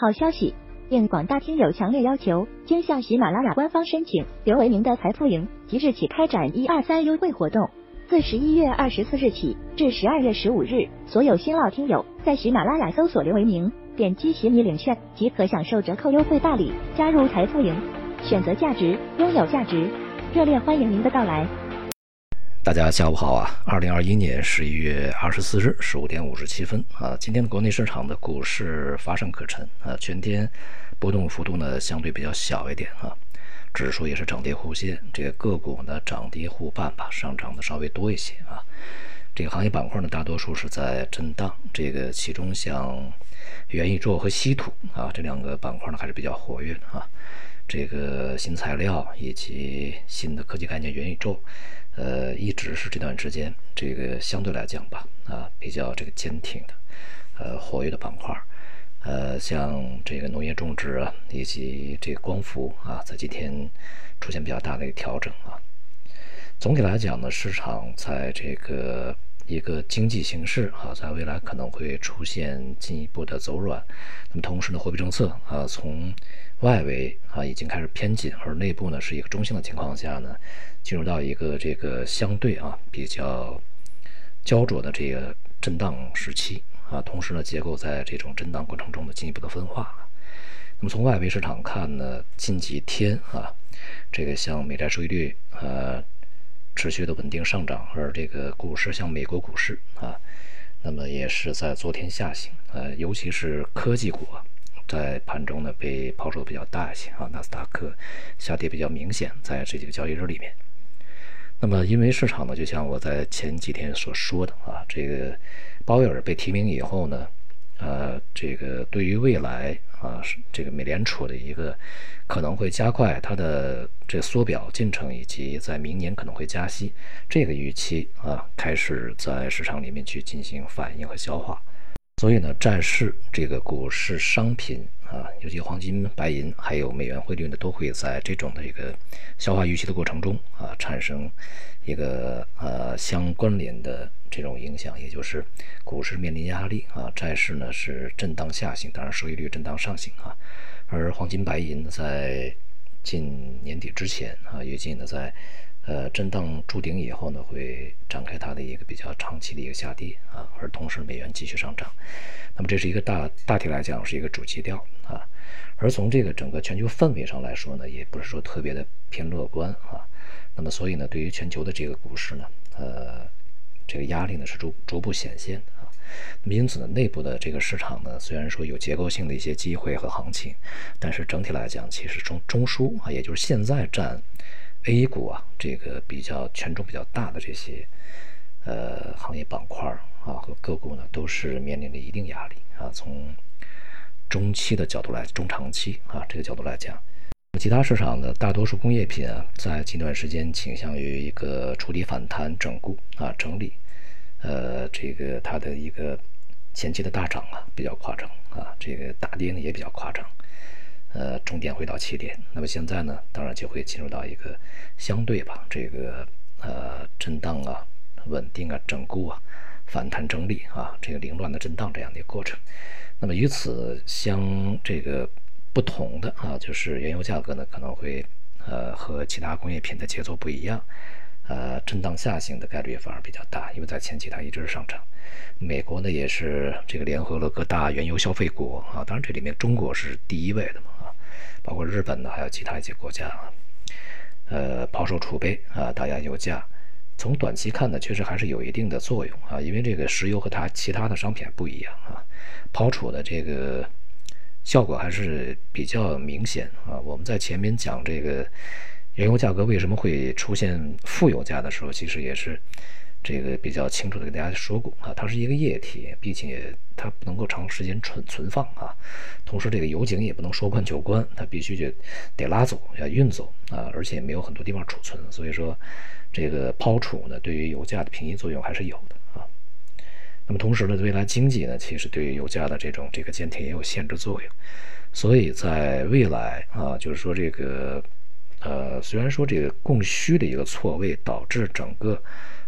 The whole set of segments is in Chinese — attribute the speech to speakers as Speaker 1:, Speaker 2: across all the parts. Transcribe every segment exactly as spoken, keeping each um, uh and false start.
Speaker 1: 好消息！应广大听友强烈要求，经向喜马拉雅官方申请刘为明的财富营即日起开展一二三优惠活动，自十一月二十四日起至十二月十五日，所有新老听友在喜马拉雅搜索刘为明，点击喜米领券即可享受折扣优惠大礼，加入财富营，选择价值，拥有价值，热烈欢迎您的到来。
Speaker 2: 大家下午好啊！二零二一年十一月二十四日十五点五十七分啊，今天的国内市场的股市乏善可陈啊，全天波动幅度呢相对比较小一点啊，指数也是涨跌互现，这个个股呢涨跌互半吧，上涨的稍微多一些啊。这个行业板块呢大多数是在震荡，这个其中像元宇宙和稀土啊这两个板块呢还是比较活跃的啊。这个新材料以及新的科技概念元宇宙。呃，一直是这段时间这个相对来讲吧，啊，比较这个坚挺的，呃，活跃的板块，呃，像这个农业种植啊，以及这个光伏啊，在今天出现比较大的一个调整啊。总体来讲呢，市场在这个一个经济形势啊，在未来可能会出现进一步的走软。那么同时呢，货币政策啊，从外围啊已经开始偏紧，而内部呢是一个中性的情况下呢，进入到一个这个相对啊比较焦灼的这个震荡时期啊。同时呢，结构在这种震荡过程中的进一步的分化。那么从外围市场看呢，近几天啊，这个像美债收益率呃持续的稳定上涨，而这个股市像美国股市啊，那么也是在昨天下行，呃，尤其是科技股啊。在盘中呢被抛售比较大一些啊，纳斯达克下跌比较明显，在这几个交易日里面。那么因为市场呢，就像我在前几天所说的啊，这个鲍威尔被提名以后呢，呃，这个对于未来啊，这个美联储的一个可能会加快它的这缩表进程，以及在明年可能会加息这个预期啊，开始在市场里面去进行反应和消化。所以呢，债市、这个股市、商品啊，尤其黄金、白银，还有美元汇率呢，都会在这种的一个消化预期的过程中啊，产生一个呃相关联的这种影响，也就是股市面临压力啊，债市呢是震荡下行，当然收益率震荡上行啊，而黄金、白银在近年底之前啊，预计呢在呃，震荡筑顶以后呢，会展开它的一个比较长期的一个下跌啊，而同时美元继续上涨。那么这是一个大大体来讲是一个主基调啊，而从这个整个全球氛围上来说呢，也不是说特别的偏乐观啊。那么所以呢，对于全球的这个股市呢，呃，这个压力呢是逐逐步显现的啊。那么因此呢，内部的这个市场呢，虽然说有结构性的一些机会和行情，但是整体来讲，其实中中枢啊，也就是现在占A 股啊，这个比较权重比较大的这些呃行业板块啊和个股呢，都是面临着一定压力啊。从中期的角度来，中长期啊这个角度来讲，其他市场的大多数工业品啊，在近段时间倾向于一个触底反弹、整固啊整理，呃，这个它的一个前期的大涨啊比较夸张啊，这个大跌呢也比较夸张。呃，终点回到起点，那么现在呢，当然就会进入到一个相对吧，这个呃震荡啊、稳定啊、整固啊、反弹整理啊，这个凌乱的震荡这样的一个过程。那么与此相这个不同的啊，就是原油价格呢可能会呃和其他工业品的节奏不一样，呃，震荡下行的概率反而比较大，因为在前期它一直是上涨。美国呢也是这个联合了各大原油消费国啊，当然这里面中国是第一位的嘛啊，包括日本呢，还有其他一些国家啊，呃，抛售储备啊，打压油价。从短期看呢，确实还是有一定的作用啊，因为这个石油和它其他的商品不一样啊，抛储的这个效果还是比较明显啊。我们在前面讲这个原油价格为什么会出现负油价的时候，其实也是这个比较清楚的跟大家说过啊，它是一个液体，并且它不能够长时间存存放啊。同时，这个油井也不能说关就关，它必须就得拉走，要运走啊，而且没有很多地方储存，所以说这个抛储呢，对于油价的平抑作用还是有的啊。那么同时呢，未来经济呢，其实对于油价的这种这个坚挺也有限制作用，所以在未来啊，就是说这个。呃，虽然说这个供需的一个错位导致整个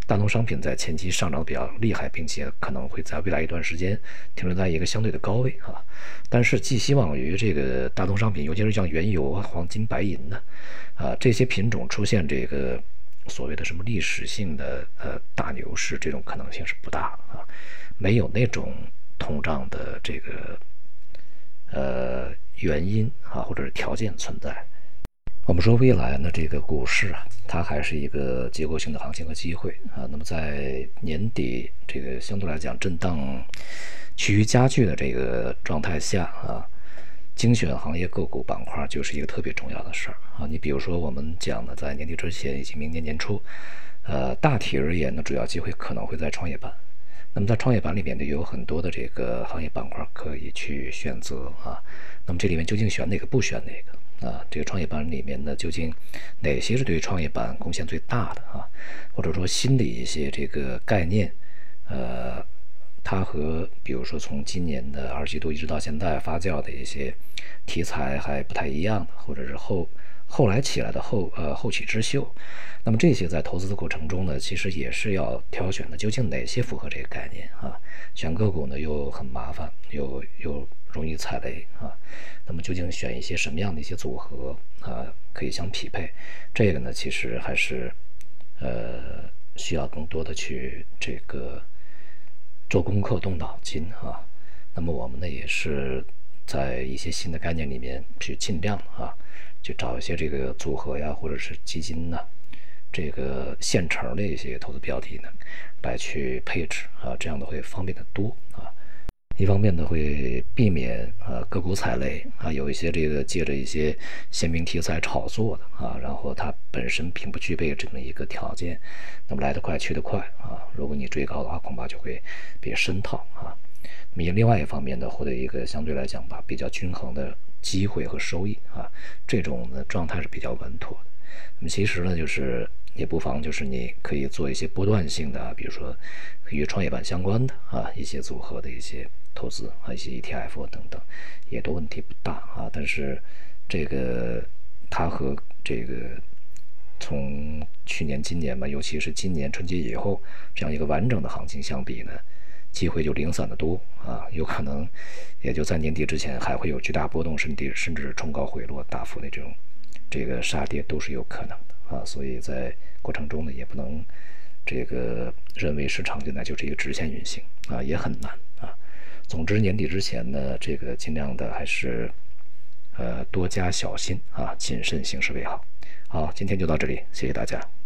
Speaker 2: 大宗商品在前期上涨的比较厉害，并且可能会在未来一段时间停留在一个相对的高位啊。但是寄希望于这个大宗商品，尤其是像原油啊、黄金、白银的啊这些品种出现这个所谓的什么历史性的呃大牛市，这种可能性是不大啊，没有那种通胀的这个呃原因啊或者是条件存在。我们说未来呢，这个股市啊，它还是一个结构性的行情和机会啊。那么在年底这个相对来讲震荡趋于加剧的这个状态下啊，精选行业个股板块就是一个特别重要的事儿啊。你比如说我们讲的，在年底之前以及明年年初，呃，大体而言呢，主要机会可能会在创业板。那么在创业板里面呢，有很多的这个行业板块可以去选择啊。那么这里面究竟选哪个，不选哪个？啊，这个创业板里面呢，究竟哪些是对创业板贡献最大的啊？或者说新的一些这个概念，呃，它和比如说从今年的二季度一直到现在发酵的一些题材还不太一样的，或者是后后来起来的后呃后起之秀，那么这些在投资的过程中呢，其实也是要挑选的，究竟哪些符合这个概念啊？选个股呢又很麻烦，又又容易踩雷啊。那么究竟选一些什么样的一些组合啊，可以相匹配？这个呢，其实还是呃需要更多的去这个做功课、动脑筋啊。那么我们呢，也是在一些新的概念里面去尽量啊，去找一些这个组合呀，或者是基金呢，这个现成的一些投资标的呢，来去配置啊，这样的会方便的多啊。一方面呢，会避免啊个股踩雷啊，有一些这个借着一些鲜明题材炒作的啊，然后它本身并不具备这么一个条件，那么来得快去得快啊，如果你追高的话，恐怕就会被深套啊。那么另外一方面呢，获得一个相对来讲吧比较均衡的机会和收益啊，这种的状态是比较稳妥的。那么其实呢，就是也不妨就是你可以做一些波段性的，比如说与创业板相关的啊一些组合的一些投资啊，一些 E T F 等等，也都问题不大啊。但是这个它和这个从去年、今年吧，尤其是今年春节以后这样一个完整的行情相比呢，机会就零散的多啊，有可能也就在年底之前还会有巨大波动，甚至甚至冲高回落、大幅的这种这个杀跌都是有可能的啊。所以在过程中呢，也不能这个认为市场现在就是一个直线运行啊，也很难啊。总之年底之前呢，这个尽量的还是呃多加小心啊，谨慎行事为好。好，今天就到这里，谢谢大家。